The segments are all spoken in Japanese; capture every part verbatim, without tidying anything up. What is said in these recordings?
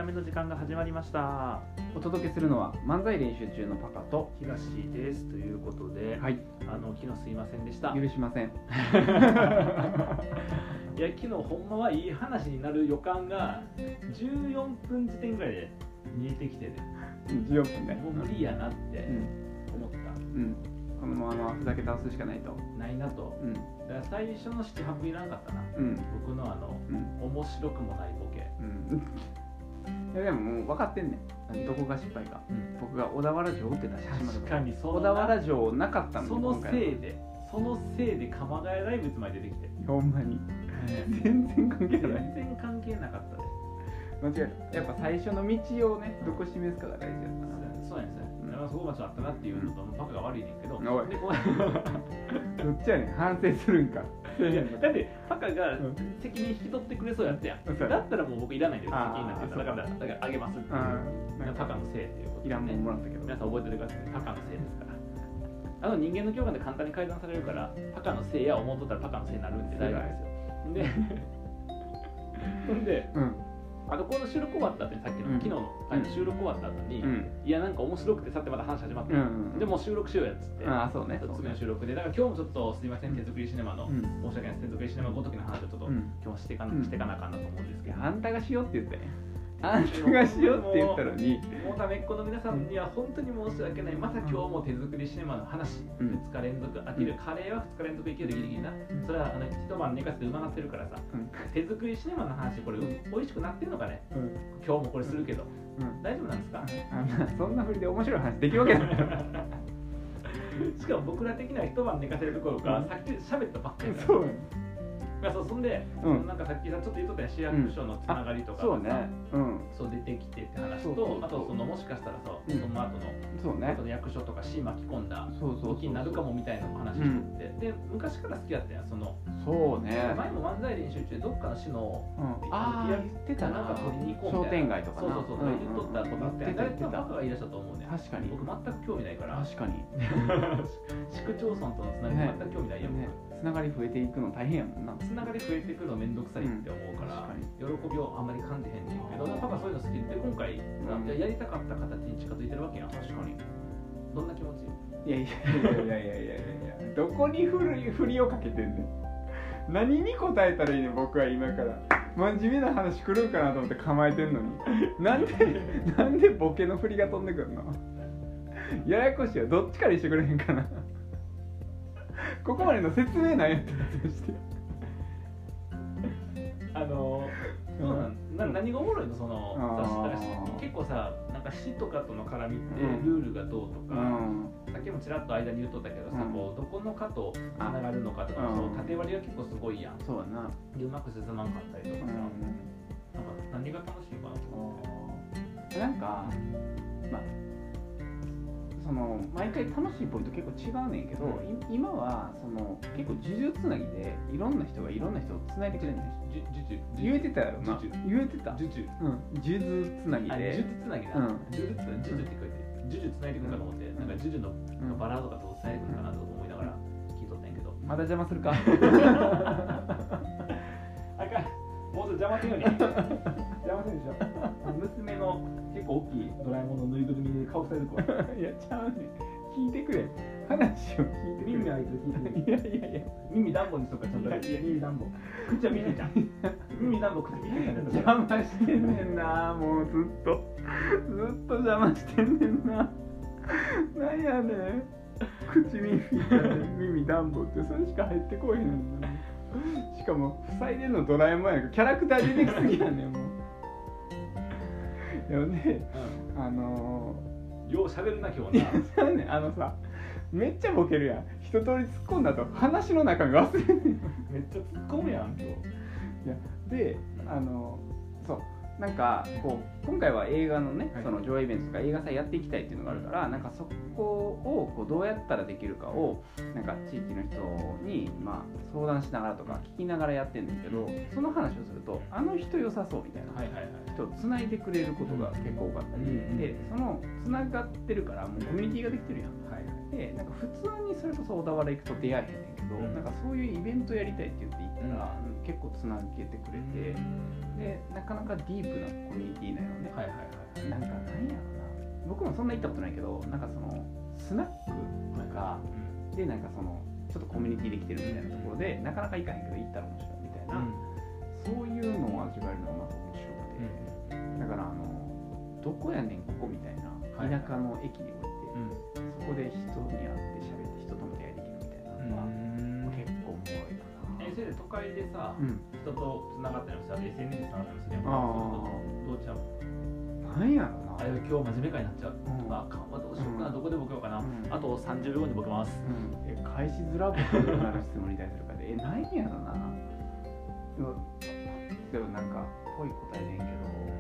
めの時間が始まりました。 お届けするのは漫才練習中のパカと東ですということで、 はい、 あの昨日すいませんでした。 許しません。 いや昨日ほんまはいい話になる予感がじゅうよんぷん時点ぐらいで見えてきてね、 じゅうよんぷんね、 もう無理やなって思った、 うんうん、このままふざけ倒すしかないとないなと、うん、だから最初のなな、はちいらんかったな、うん、僕のあの、うん、面白くもないボケ、うん、 いやでももう分かってんねん、どこが失敗か、うん、僕が小田原城を打ってた写真まで。 確かにそう。 小田原城なかったのに、 そのせいでそのせいで鎌ヶ谷大仏まで出てきて、 ほんまに全然関係ない。 全然関係なかったで。 間違えた。やっぱ最初の道をね、どこ示すかが大事やったな。 そうやねんですね。そこまであったなっていうのと、パカが悪いねんけど、おいでこうどっちやねん、反省するんか。 だってパカが責任引き取ってくれそうやったやん、うん、だったらもう僕いらないんで責任なんて、だからだからあげますっていう、パカのせいっていうことで、ね、 いらんもんもらったけど、 皆さん覚えておいてください。パカのせいですから。あの人間の共感で簡単に改ざんされるから、パカのせいや思っとったらパカのせいになるんで大丈夫ですよ。でほんで、うん、あのこの収録終わった後に、さっきの、うん、昨日の、うん、収録終わった後に、うん、いやなんか面白くてさってまた話始まって、うんうん、でもう収録しようやっつって、 あそうね、 次の収録で、だから今日もちょっとすみません、手作りシネマの、うん、申し訳ないです、手作りシネマごときの話をちょっと、うん、今日はしていかな、していかなあかんなと思うんですけど、 あんたがしようって言ってね、あんたがしようって言ったのに、 もうためっ子の皆さんには本当に申し訳ない。また今日も手作りシネマの話、うん、ふつか連続飽きる、カレーはふつか連続いけるギリギリな、それはあの一晩寝かせてうまなってるからさ、うん、手作りシネマの話、これ美味しくなってるのかね、うん、今日もこれするけど、うん、大丈夫なんですか？ あそんなふりで面白い話できるわけないしかも僕ら的には一晩寝かせるところから、うん、さっき喋ったばっかりだそうそう、そんで、うん、なんかさっきさちょっと言っとったやん、市役所のつながりとかがさ、うん、そうね、うん、そう出てきてって話と、そうそうそう、あとそのもしかしたらさ、うん、その後の、そうね、その役所とか市巻き込んだ動きになるかもみたいな話しとって、うん、で昔から好きだったやん、その、そうね、前も漫才練習中でどっかの市の、うん、ああやってた、なんか取りに行こうみたいな、商店街とかな、そうそうそう、言っとったことあって、誰かバカが言い出したと思うね。確かに僕全く興味ないから、確かに市区町村とのつながり全く興味ないやん、ね、 つながり増えていくの大変やもんな。 つながり増えていくのめんどくさいって思うから、うん、喜びをあんまり感じへんねんけど、パパそういうの好きで、今回、うん、やりたかった形に近づいてるわけやん。確かに。どんな気持ち？ いやいやいやいやいやいやいやどこに振り、振りをかけてんねん。何に答えたらいいねん、僕は今から。真面目な話来るんかなと思って構えてんのに。なんで、なんでボケの振りが飛んでくるの？ややこしいよ。どっちからしてくれへんかな。ここまでの説明なんやって話して。 あのー、そうなんな何がおもろいのその結構さ、なんか市とかとの絡みってルールがどうとか、うん、さっきもちらっと間に言っとったけどさ、うん、こうどこの課とつながるのかとか、そう縦割りは結構すごいやん。そうだな。でうまく進まんかったりとかさ、うん、なんか何が楽しいかなと思って。 なんかまあその毎回楽しいポイント結構違うねんけど、うん、今はその結構呪術つなぎでいろんな人がいろんな人をつないでくれるねん。言えてたやろな。言えてた。呪術、うん、呪術つなぎで。 呪術つなぎな。うん、呪術呪術って書いて呪術つないでくるかと思って、うん、なんか呪術の、うん、バラードとかとつないでくるかなと思いながら聞いとったんやけど。 まだ邪魔するか。 あかん。もうちょっと邪魔せんように。邪魔せんでしょ。娘の結構大きいドラえもんのぬいぐるみで顔される子。 いや、ちゃうねん。聞いてくれ。話を聞いてくれ。 耳開いて聞いてくれ。いやいやいや。耳暖房にしとくからちゃんと。いや、耳暖房。口は見てちゃん。耳暖房口見てちゃん。 邪魔してんねんな。もうずっと。ずっと邪魔してんねんな。なんやねん。口耳耳暖房ってそれしか入ってこえへんねんな。しかも塞いでんのドラえもんやんか、キャラクター出てきすぎやねんもう。でもね、うん、あのー、よう喋るな今日な。 いや、ね、あのさ、めっちゃボケるやん。一通り突っ込んだと話の中身忘れんねん。 めっちゃ突っ込むやん今日。いやで、あのー、そう。なんかこう今回は映画のね、その上映イベントとか映画祭やっていきたいっていうのがあるから、なんかそこをこうどうやったらできるかをなんか地域の人にまあ相談しながらとか聞きながらやってんだけど、その話をするとあの人良さそうみたいな人をつないでくれることが結構多かったりで、そのつながってるからもうコミュニティができてるやん。でなんか普通にそれこそ小田原行くと出会えへんねんけど、なんかそういうイベントやりたいって言って行ったら結構つなげてくれて、でなかなかディープなコミュニティなよね。 はいはいはい。 なんかなんやろな、僕もそんな行ったことないけど、なんかそのスナックとかでなんかそのちょっとコミュニティできてるみたいなところで、なかなか行かへんけど行ったら面白いみたいな、うん、そういうのを味わえるのがまた面白くて、うん、だからあのどこやねんここみたいな田舎の駅に置いて、はい、そこで人に会って喋って人とも出会いできるみたいなのは、うん、結構おもろいかな。 えそれで都会でさ、うん、人とつながったりもさ エスエヌエス でつながったりもするやんか、どうちゃうなんやろな、 あれ今日真面目会になっちゃう、うん、あかんわどうしようかな、うん、どこでボケようかな、うん、あとさんじゅうびょうごにボケます、うん、 え返しづらくなる質問に対するかでえないんやろな、でもなんかぽい答えでんけ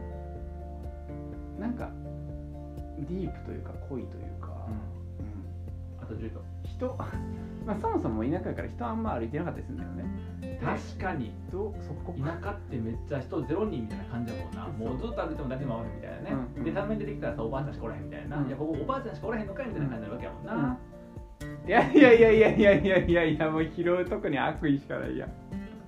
ど、なんかディープというか濃いというか、うんうん、あとじゅうびょう人まあそもそも田舎やから人あんま歩いてなかったりするんだよね。 確かにどそこ田舎ってめっちゃ人ゼロ人みたいな感じだもんな。もうずっと歩いても誰でも会わへんみたいなね、うんうん、でたまに出てきたらさおばあちゃんしかおらへんみたいな、うん、いやここおばあちゃんしかおらへんのかいみたいな感じになるわけやもんな、 うん、いやいやいやいやいやいやいやいやもう拾うとこに悪意しかないやん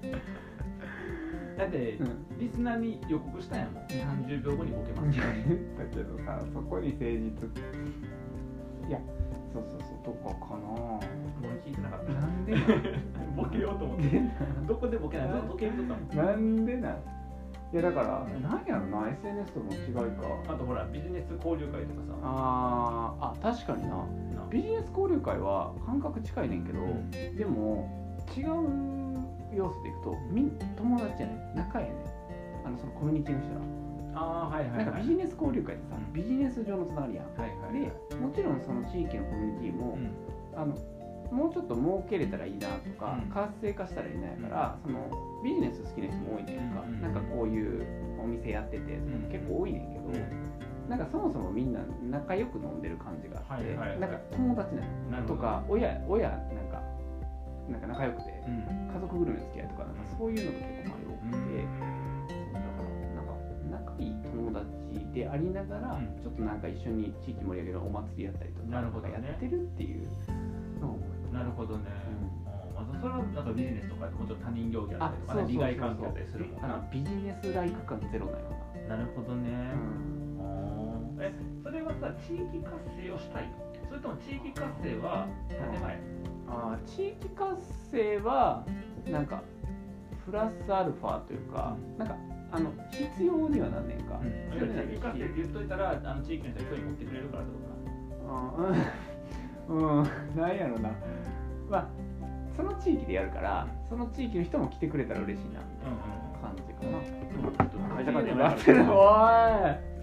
だって、うん、リスナーに予告したやんもん、さんじゅうびょうごにボケますだけどさそこに誠実いやそうそうそうどこかな俺聞いてなかったなんでボケようと思ってどこでボケないずっと時計見とったもんなんでなんいやだから何やろな エスエヌエス との違いかあとほらビジネス交流会とかさああ確かになビジネス交流会は感覚近いねんけど、うん、でも違う要素でいくとみん友達じゃない仲やねんあのそのコミュニティの人らあはいはいはい、 なんかビジネス交流会ってさ、うん、ビジネス上のつながりやん、はいはいはい、でもちろんその地域のコミュニティも、うん、あのもうちょっと儲けれたらいいなとか、うん、活性化したらいいなやから、うん、そのビジネス好きな人も多いねんか、うん、なんかこういうお店やってて、うん、結構多いねんけど、うん、なんかそもそもみんな仲良く飲んでる感じがあって、はいはいはい、なんか友達なのとか親親なんかなんか仲良くて、うん、家族ぐるみの付き合いとかなんかそういうのが結構周り多くて、だからなんか仲いい友達でありながら、うん、ちょっとなんか一緒に地域盛り上げるお祭りやったりとか、なんかやってるっていうのを思います。 なるほどね。うん、まずそれはなんかビジネスとかでもうちょっと他人行儀だったりとか、ね、利害関係だったりするもんな。 ビジネスライク感ゼロなような。なるほどね。うん、え、それはさ地域活性をしたいの？それとも地域活性は何年前？ あ地域活性はなんかプラスアルファというか、うん、なんかあの必要にはなんねんか、うん、 地域活性って言っといたらあの地域の人が興味持ってくれるからってことな。あうんなんやろな、まあその地域でやるからその地域の人も来てくれたら嬉しいなみたいな感じかな。うんうん、会社から電話がってるおい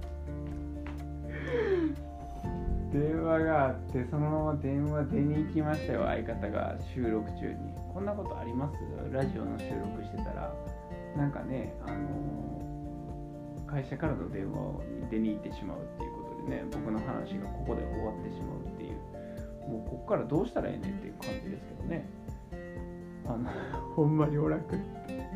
電話があってそのまま電話出に行きましたよ相方が収録中に。こんなことあります？ラジオの収録してたらなんかね、あのー、会社からの電話に出に行ってしまうっていうことでね僕の話がここで終わってしまうっていうもうここからどうしたらええねんっていう感じですけどね。あのほんまにおらくっていや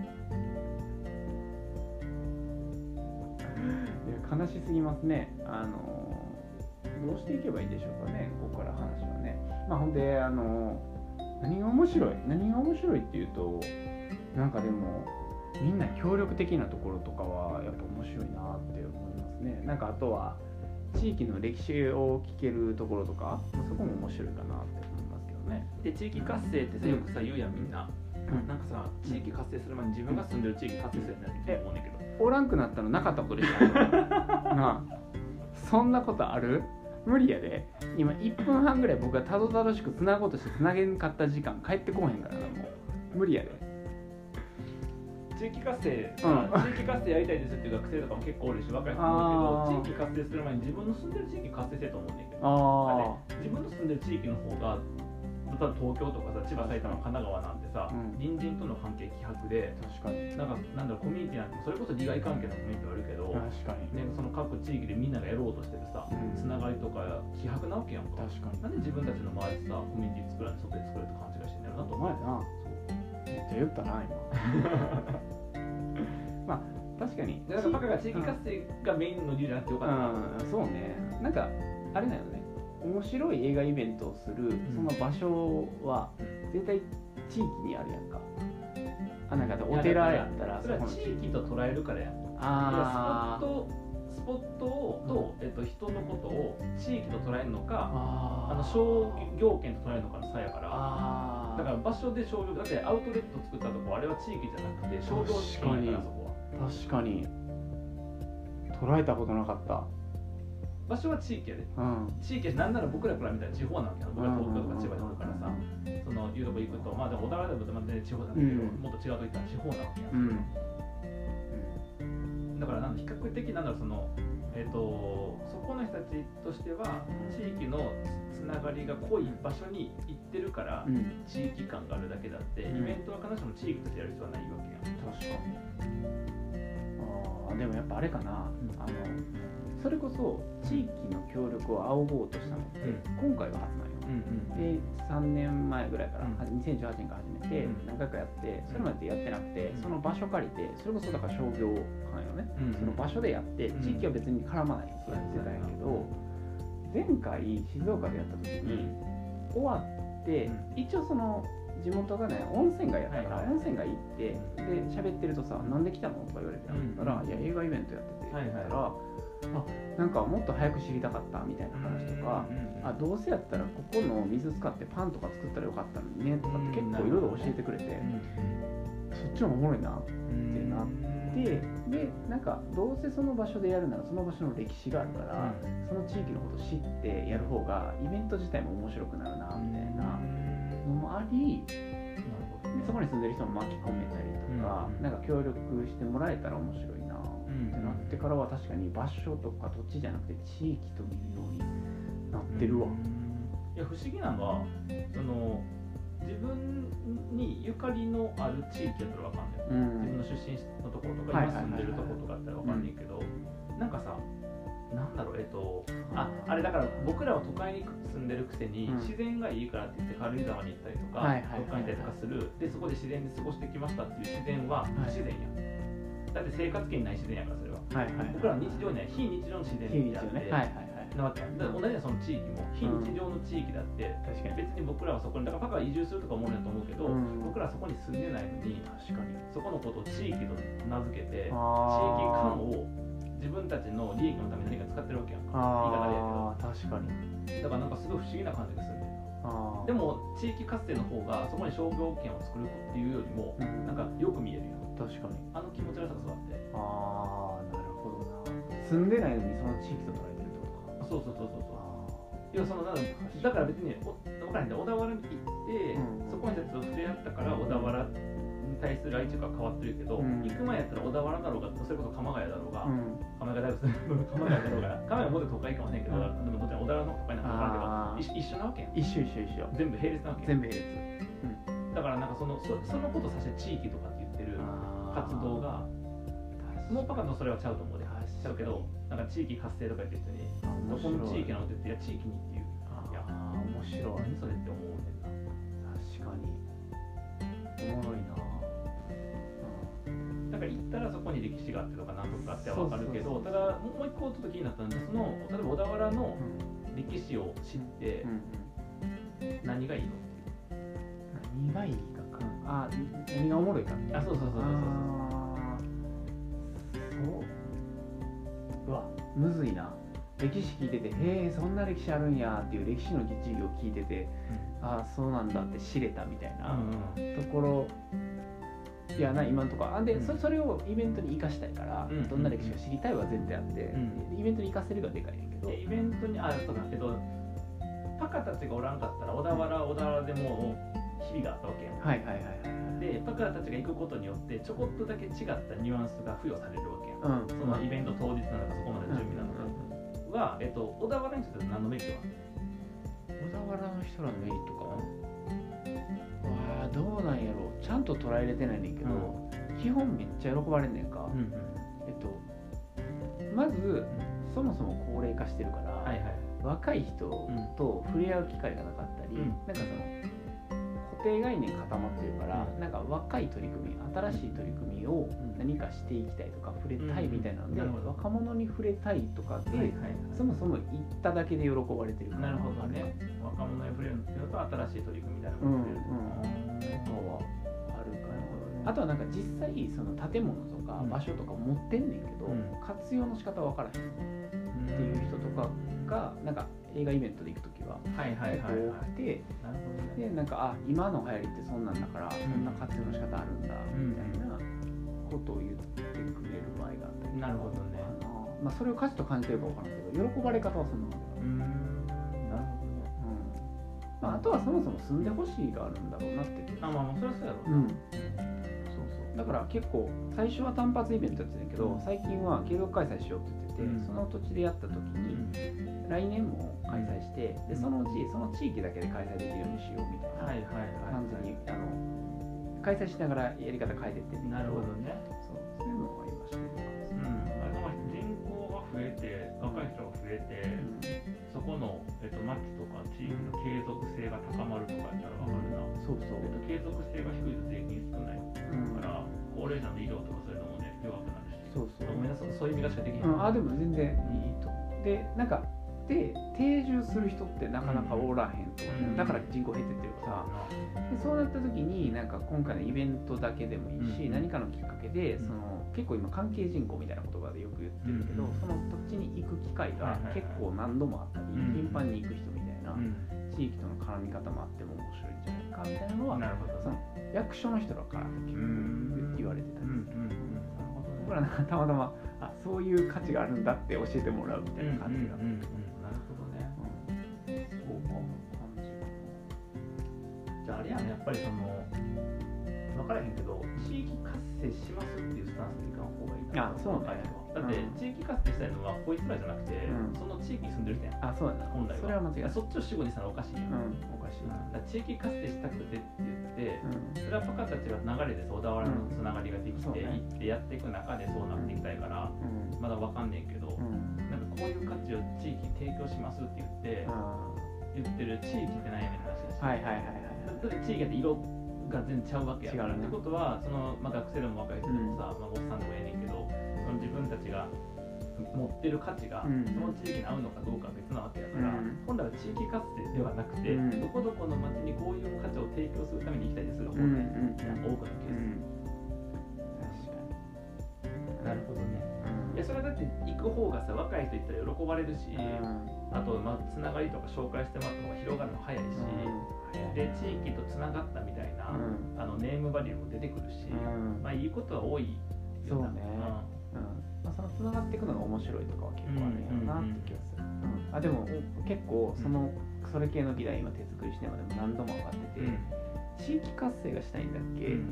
悲しすぎますね。あのーどうしていけばいいでしょうかね、ここから話はね。まあほんであの何が面白い何が面白いっていうとなんかでもみんな協力的なところとかはやっぱ面白いなって思いますね。なんかあとは地域の歴史を聞けるところとかそこも面白いかなって思いますけどね。 で地域活性ってさよくさ言うやんみんな、うん、なんかさ地域活性する前に自分が住んでる地域活性するんだって思うねんけど、 おらんくなったのなかったことでしょなあそんなことある？無理やで。今いっぷんはんぐらい僕がたどたどしくつなごうとしてつなげんかった時間帰ってこへんからな。もう無理やで。 地域活性、うん、地域活性やりたいですっていう学生とかも結構おるし若い人もいるけど地域活性する前に自分の住んでる地域活性せと思うんだけどああ自分の住んでる地域の方が例えば東京とかさ千葉埼玉神奈川なんてさ、うん、隣人との関係希薄で確かになんかなんだろうコミュニティなんてそれこそ利害関係のコミュニティはあるけど確かに、 ね、その各地域でみんながやろうとしてるさ、うん、つながりとか希薄なわけやんか。 確かになんで自分たちの周りでさコミュニティ作らない外で作れるって勘違いしてんだよなと思う。 なめっちゃ言ったな今まあ確かにだからパカが地域活性がメインの理由じゃなくてよかったな、 うん、そうね。なんかあれだよね面白い映画イベントをするその場所は絶対地域にあるやんか。あなんかお寺やったらそれは地域と捉えるからやん。 あスポットスポットをと、えっと、人のことを地域と捉えるのか、ああの商業圏と捉えるのかの差やから、あだから場所で商業だってアウトレット作ったとこあれは地域じゃなくて商業圏やからそこは確かに捉えたことなかった。 場所は地域やで、うん、地域やし、なんなら僕らから見たら地方なんだけど、僕ら東京とか千葉におるからさ、そのいうとこ行くと、まあでも小田原でもまた地方なんだけど、うん、もっと違うと言ったら地方なわけや、うん、だからなん比較的なんだろうその、えー、とそこの人たちとしては地域のつながりが濃い場所に行ってるから、うん、地域感があるだけだって、うん、イベントは必ずしも地域としてやる必要はないわけやん。 確かに。あでもやっぱあれかな、うん、あのそれこそ地域の協力を仰ごうとしたのって、うん、今回が初なんよ、うんうん、でさんねんまえぐらいから、うん、にせんじゅうはちねんから始めて、うん、何回かやってそれまでやってなくて、うん、その場所借りてそれこそだから商業館よね、うん、その場所でやって地域は別に絡まないってやってたんやけど、前回静岡でやった時に、うん、終わって、うん、一応その地元がね温泉街やったから、はいはい、温泉街行ってで喋ってるとさ、なんで来たのとか言われてたら、うん、いや映画イベントやってて言ったら、はいはい、あなんかもっと早く知りたかったみたいな話とか、うんうんうん、あどうせやったらここの水使ってパンとか作ったらよかったのにねとかって結構いろいろ教えてくれて、うんうん、そっちの方がおもろいなってなって、でなんかどうせその場所でやるならその場所の歴史があるから、うん、その地域のことを知ってやる方がイベント自体も面白くなるなみたいなのもあり、そこに住んでる人も巻き込めたりとか、うんうん、なんか協力してもらえたら面白いなってなってからは確かに場所とか土地じゃなくて地域と見るようになってるわ。 いや不思議なのはその自分にゆかりのある地域やったらわかんない、うん、自分の出身のところとか今住んでるところとかだったらわかんないけど、なんかさなんだろうえっとああれだから僕らは都会に住んでるくせに、うん、自然がいいからって言って軽井沢に行ったりとか、はいはいはいはい、どっかに行ったりとかするでそこで自然に過ごしてきましたっていう自然は不自然や、はい、だって生活圏にない自然やからそれは、はいはいはい、僕らの日常にない非日常の自然であって、ねはいはいはい、なわけやだから同じようなその地域も非日常の地域だって、うん、確かに別に僕らはそこにだからパカは移住するとか思うんだと思うけど、うん、僕らはそこに住んでないのに確かにそこのことを地域と名付けて地域感を自分たちの利益のために何か使ってるわけやんか。言い方でやけど。確かに。だからなんかすごい不思議な感じがするんだよな。でも地域活性の方がそこに商業権を作るっていうよりも、うん、なんかよく見えるやん。確かに。あの気持ち悪さがそうあって。 ああ、なるほどな。住んでないのにその地域と捉えてるってことか。 そうそうそうそうそう。いやそのなんだだから別にお分からへんで小田原に行って、うん、そこにたちと触れ合ったから小田原に対する愛知が変わってるけど、うん、行く前やったら小田原だろうがそれこそ鎌ヶ谷だろうが、うん、鎌ヶ谷だろうが鎌ヶ谷はもっと都会かもしれんけど、うん、でもどっちも小田原の都会なんか分からんけど一緒なわけやん。 一緒一緒一緒全部並列なわけやん。 全部並列、 うん、だからなんかその そ, そのことさせて地域とかって言ってる活動がもうパカのそれはちゃうと思うでちゃうけどなんか地域活性とか言ってる人にどこの地域なのって言っていや地域にっていういや面白い何それって思うねんな。 確かにおもろいな。 だから行ったらそこに歴史があってとか何とかあっては分かるけど、ただもう一個ちょっと気になったのでその例えば小田原の歴史を知って何がいいの？ 何がいいかか。あ、何がおもろいか。 あ、そうそうそうそうそうそう。うわ、むずいな。歴史聞いてて、へえ、そんな歴史あるんやっていう歴史の実技を聞いてて、うん、ああ、そうなんだって知れたみたいなところ。いやな今のところあで、うん、そ, それをイベントに生かしたいから、うん、どんな歴史が知りたいは絶対あって、うん、イベントに生かせるがでかいねんけどイベントにあそうだけどパカたちがおらんかったら小田原小田原でも日々があったわけやん。はいはいはいはい。でパカたちが行くことによってちょこっとだけ違ったニュアンスが付与されるわけやん、うん、そのイベント当日なのかそこまでの準備なのか、うん、は、えっと、小田原にとって何のメリットは小田原の人らのメリットかわあどうなんやろうちゃんと捉えれてないねんけど、うん、基本めっちゃ喜ばれんねんか、うんうん、えっとまず、うん、そもそも高齢化してるから、はいはい、若い人と触れ合う機会がなかったり、うん、なんかその固定概念固まってるから、うん、なんか若い取り組み新しい取り組みを何かしていきたいとか触れたいみたいなので、うん、若者に触れたいとかで、はいはいはい、そもそも行っただけで喜ばれてるから。 なるほどね。若者に触れるっていうのと新しい取り組みみたいなことで、うんうん、 とかはあるかな。 あとはなんか実際その建物とか場所とか持ってんねんけど、うん、活用の仕方分からへんっていう人とかがなんか映画イベントで行くときは結構多くて、でなんかあ今の流行りってそんなんだからそんな活用の仕方あるんだみたいなことを言ってくれる場合があったり、 なるほどね。 まあそれを価値と感じてるか分からんけど喜ばれ方はそんなのではない。なるほどね。うん。まああとはそもそも住んでほしいがあるんだろうなって気がする。 あまあまあそれはそうやろうな。うんだから結構最初は単発イベントやってたけど、最近は継続開催しようって言ってて、うん、その土地でやった時に来年も開催して、でそのうちその地域だけで開催できるようにしようみたいな感じにあの開催しながらやり方変えてってなるほどね。 そうそういうのは今してるかもしれない。うん、人口が増えて若い人が増えて、うん、そこの、えっと、町とか地域の継続性が高まるとかやったら分かるな。 そうそう。 えっと、継続性が低いと税金少ない。から、高齢者の医療とかそういうのもね弱くなるし、 そうそうごめんなさい、そういう意味がしかできない、 うん、あでも全然いいと思う。でなんかで定住する人ってなかなかおらへんと、うん、だから人口減ってってるから、うん、でそうなった時になんか今回のイベントだけでもいいし、うん、何かのきっかけでその結構今関係人口みたいな言葉でよく言ってるけど、うん、その土地に行く機会が結構何度もあったり、うん、頻繁に行く人みたいな、うん、地域との絡み方もあっても面白いんじゃないかみたいなのは、 なるほど、 その役所の人らから結構言われてたんです。僕らなんかたまたまあそういう価値があるんだって教えてもらうみたいな感じが、うんうんうんうん、 なるほどね、うん、そうか感じじゃああれやね、やっぱりその分からへんけど地域活性しますっていうスタンスでいかん方がいいな。 あ、そうね。 だって地域活性したいのはこいつらじゃなくて、うん、その地域に住んでる人やん。 あ、そうやな。 本来は。 それは間違いない。 そっちを主語にしたらおかしいやん。 うん、おかしい。 だ地域活性したくてって言って、うん、それはパカたちは流れで小田原のつながりができて、うん、行ってやっていく中でそうなっていきたいから、うん、まだ分かんねんけど、うん、なんかこういう価値を地域に提供しますって言って、うん、言ってる地域って何やねんって話だし、 はいはいはいはい、 だって地域って色が全然ちゃうわけやから、ね、ってことはその、まあ、学生でも若い人でもさ、うんまあ、おっさんでもええねんけど、その自分たちが持ってる価値がその地域に合うのかどうかは別なわけだから、うん、本来は地域活性ではなくて、うん、どこどこの町にこういう価値を提供するために行きたいですが本来、うん、多くのケース、うん、確かになるほどね、うん、いやそれはだって行く方がさ若い人行ったら喜ばれるし、うん、あとまあつながりとか紹介してもらった方が広がるの早いし、うん、で地域とつながったみたいな、うん、あのネームバリューも出てくるし、うん、まあいいことは多いよな。そうね、うんまあ、そのつながっていくのが面白いとかは結構あるんやろなって気がする、うんうん、あでも結構そのそれ系の議題今手作りしてもでも何度も上がってて、うん、地域活性がしたいんだっけ、うん、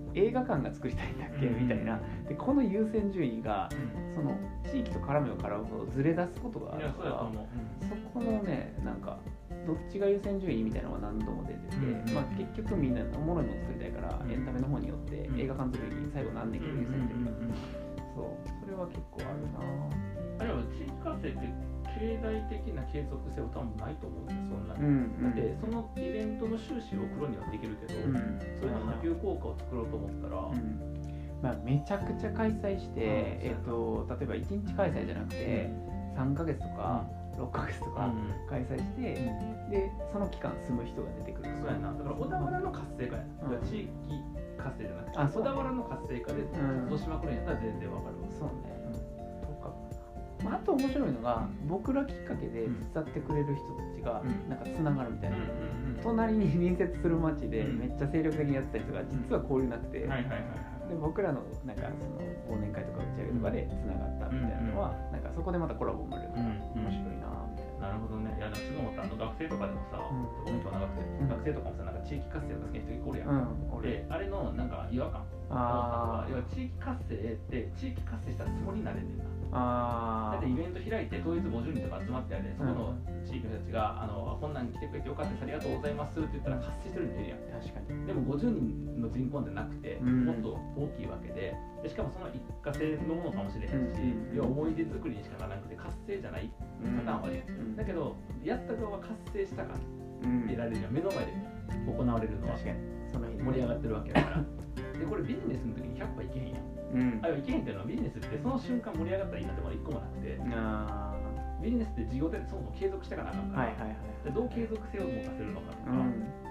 映画館が作りたいんだっけ、うん、みたいなでこの優先順位が、うん、その地域と絡めを絡むほどずれ出すことがあるから、うん、そこのねなんかどっちが優先順位みたいなのが何度も出てて、うんまあ、結局みんなおもろいもの作りたいから、うん、エンタメの方によって映画館作りに最後なんねんけど優先順位そうそれは結構あるな。 あれは地域活性って経済的な継続性は多分ないと思うんですよ、そんなに、うんうん、だってそのイベントの収支を黒にはできるけど、うん、それの波及効果を作ろうと思ったら、うんまあ、めちゃくちゃ開催して、うんえっと、例えばいちにち開催じゃなくて、うん、さんかげつとか、うん、ろっかげつとか開催して、うん、でその期間住む人が出てくる。 そうやな。だから小田原の活性化やな、うん、地域活性じゃなくて、小田原の活性化で活動しまくるんやったら全然わかるわ、うん、 そうね、うん、とか、まあ、あと面白いのが、うん、僕らきっかけで手伝ってくれる人たちがなんかつながるみたいな、うん、隣に隣接する町でめっちゃ精力的にやってた人が実は交流なくて、うんはいはいはいはい、で僕らのなんかその忘年会とか打ち上げとかでつながったみたいなのは、なんかそこでまたコラボ生まれるから面白いなみたいな。 なるほどね。いや、すごい思った。あの学生とかでもさ、ごめんとは長くて、うん、学生とかもさ、なんか地域活性を助ける人いるやん、うん、で、あれのなんか違和感あ要は地域活性って地域活性したつもりになれんねんな。あだってイベント開いて当日ごじゅうにんとか集まってあれ、そこの地域の人たちが、あのこんなん来てくれてよかったですありがとうございますって言ったら活性してるんでいるやん。確かに。でもごじゅうにんの人口じゃなくて、もっと大きいわけで、でしかもその一過性のものかもしれへんし、要は思い出作りにしかならなくて活性じゃないパターンはあるやん、うん、だけどやった側は活性した感得られるやん、目の前で行われるのは確かにその盛り上がってるわけだからでこれビジネスの時にひゃくパーセントいけへんやん、うん、あいやいけへんっていうのはビジネスってその瞬間盛り上がったらいいなってものいっこもなくて、あビジネスって事業体でそもそも継続してかなあかんから、はいはいはい、でどう継続性を持たせるのかとか、うん、っ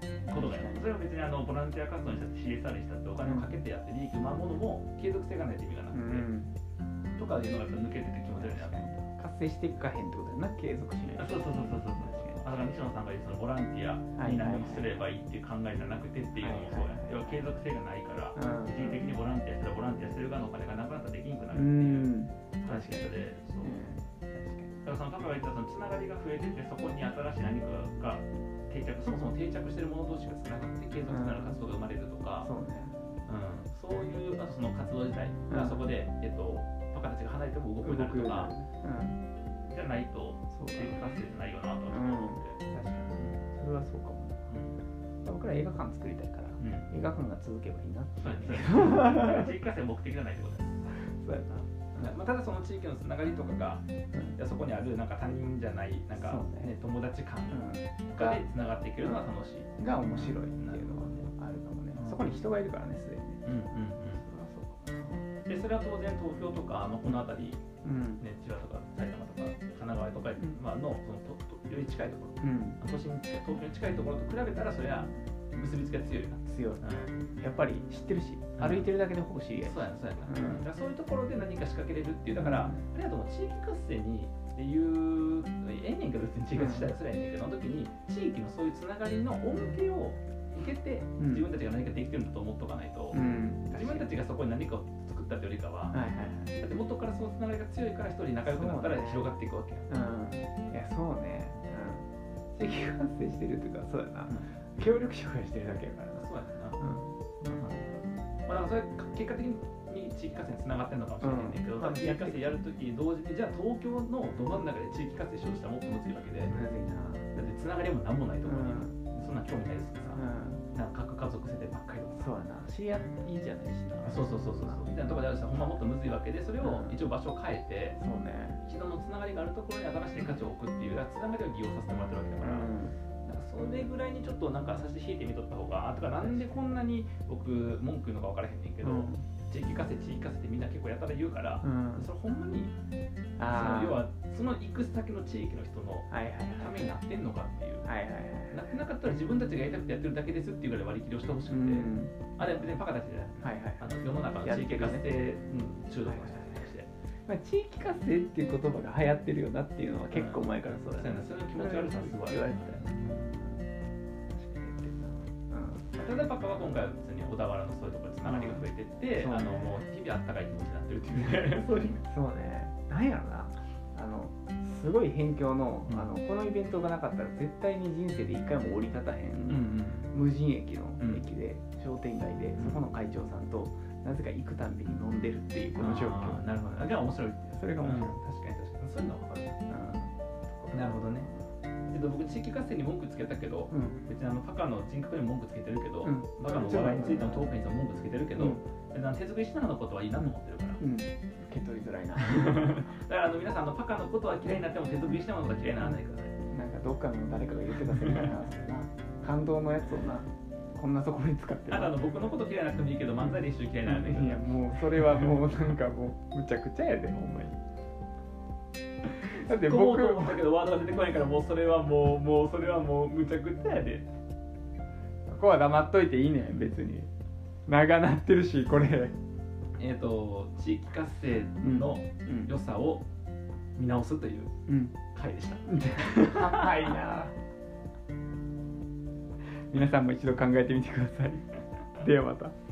ことがやる。それは別にあのボランティア活動にしたって シーエスアール にしたってお金をかけてやって利益生むものも継続性がないと意味がなくて、うん、とかいうのが抜けてて気持ち悪いなと思った。 活性していくかへんってことだよな、継続しない。 そうそうそうそうそうそう。だから西野さんが言うそのボランティアに何をすればいいっていう考えじゃなくてっていうのもそうや、要は継続性がないから、うん、一時的にボランティアしたらボランティアしてる側のお金がなくなったらできんくなるっていう話で、そう。だからそのパパが言ったそのつながりが増えてて、そこに新しい何かが定着、そもそも定着してる者同士がつながって継続なる活動が生まれるとか、うん、そうね、うん、そういうあとその活動自体がそこで、えっと、パパたちが離れても動くようになるとか、うん、じゃないと地域活性じゃないよなと思って、うん、確かにそれはそうかもな、うん、僕ら映画館作りたいから、うん、映画館が続けばいいなって。 地域活性目的じゃないってことです。 そうやな。 まあ、ただその地域のつながりとかが、うん、いやそこにあるなんか他人じゃないなんか、ねね、友達感とかでつながっていけるのは楽しい、 うん、が面白いっていうのは、ね、あるかもね、うん、そこに人がいるからねすでにね、うんうんうん、でそれは当然東京とか、まあ、この辺り、うんね、千葉とか埼玉とか神奈川とか、まあ、の, そのととより近いところ、うん、都心東京に近いところと比べたらそれは結びつきが強いな。 強い、うん、やっぱり知ってるし、うん、歩いてるだけでほぼ知り合い。 そうやな、そうやな、うん、だからそういうところで何か仕掛けれるっていう、だから、うん、ありがとう、地域活性にっていうええねんけど別に地域活性したらそれやねんけど、その時に地域のそういうつながりの恩恵を受けて、うん、自分たちが何かできてるんだと思っとかないと、うん、自分たちがそこに何かを作ったってよりかは、はいはいはい、だって元からそのつながりが強いから一人仲良くなったら広がっていくわけや、 うん、いやそうね、うん、地域活性してるっていうかそうやな、うん、協力者がしてるだけやからな。 そうやな、うん、まあ、だからそれ結果的に地域活性につながってるのかもしれないんだけど、うん、地域活性やるときに同時にじゃあ東京のど真ん中で地域活性しようとしたらもっとむずいわけで、むずいな。だってつながりも何もないところに、うん、そんな興味ないですけどさ、うん、なんか各家族世帯ばっかりとか、 そうやな、知り合いじゃないしな、 そうそうそうそうみたいなところである人はほんまもっとむずいわけで、それを一応場所を変えて、 そうね、 一度のつながりがあるところに新しい価値を置くっていうつながりを利用させてもらってるわけだから、うん、それぐらいにちょっとなんか差し引いてみとった方が、とかなんでこんなに僕文句言うのか分からへんねんけど、うん、地域活性地域活性ってみんな結構やたら言うから、うん、それほんまにあその要はその行く先の地域の人のためになってんのかっていう、はいはいはい、なってなかったら自分たちがやりたくてやってるだけですっていうぐらい割り切りをしてほしくて、うん、あれ別にパカたちじゃない、はいはい、あの世の中の地域活性、ね、うん、中毒の人たちとして、 まあ、地域活性っていう言葉が流行ってるよなっていうのは結構前からそうだね、 うん、それの気持ち悪さすごい言われてたよね。ただパカは今回は別に小田原のそういうところでつながりが増えてって、うん、あのもう日々あったかい気持ちになってるっていうねそうね、なんやろな、あのすごい辺境の、うん、あのこのイベントがなかったら絶対に人生で一回も降り立たへん、うんうん、無人駅の駅で、うん、商店街でそこの会長さんとなぜか行くたんびに飲んでるっていうこの状況。 なるほど、じゃあ面白いってそれが面白い、 うん、確かに確かにそういうのは分かる、うん、なるほどね。えっと、僕地域活性に文句つけたけど、うん、別にあのパカの人格にも文句つけてるけど、うん、パカの笑いについてのトークについても文句つけてるけど、うん、手作りしながらのことはいいなと思ってるから、うん、 受け取りづらいなだからあの皆さんあのパカのことは嫌いになっても手作りしながらのことは嫌いにならないでください。 なんかどっかの誰かが言ってたせいかな感動のやつをなこんなところに使ってる。 あとあの僕のこと嫌いなくてもいいけど漫才で一緒に嫌いにならないでください。 いやもうそれはもうなんかもうむちゃくちゃやでほんまに。 だって僕も思ったけどワードが出てこないからもうそれはもうもうそれはもうむちゃくちゃやで。 ここは黙っといていいねん別に。長なってるしこれ。 えっと地域活性の良さを見直すという回でした。 はいな。皆さんも一度考えてみてください。ではまた。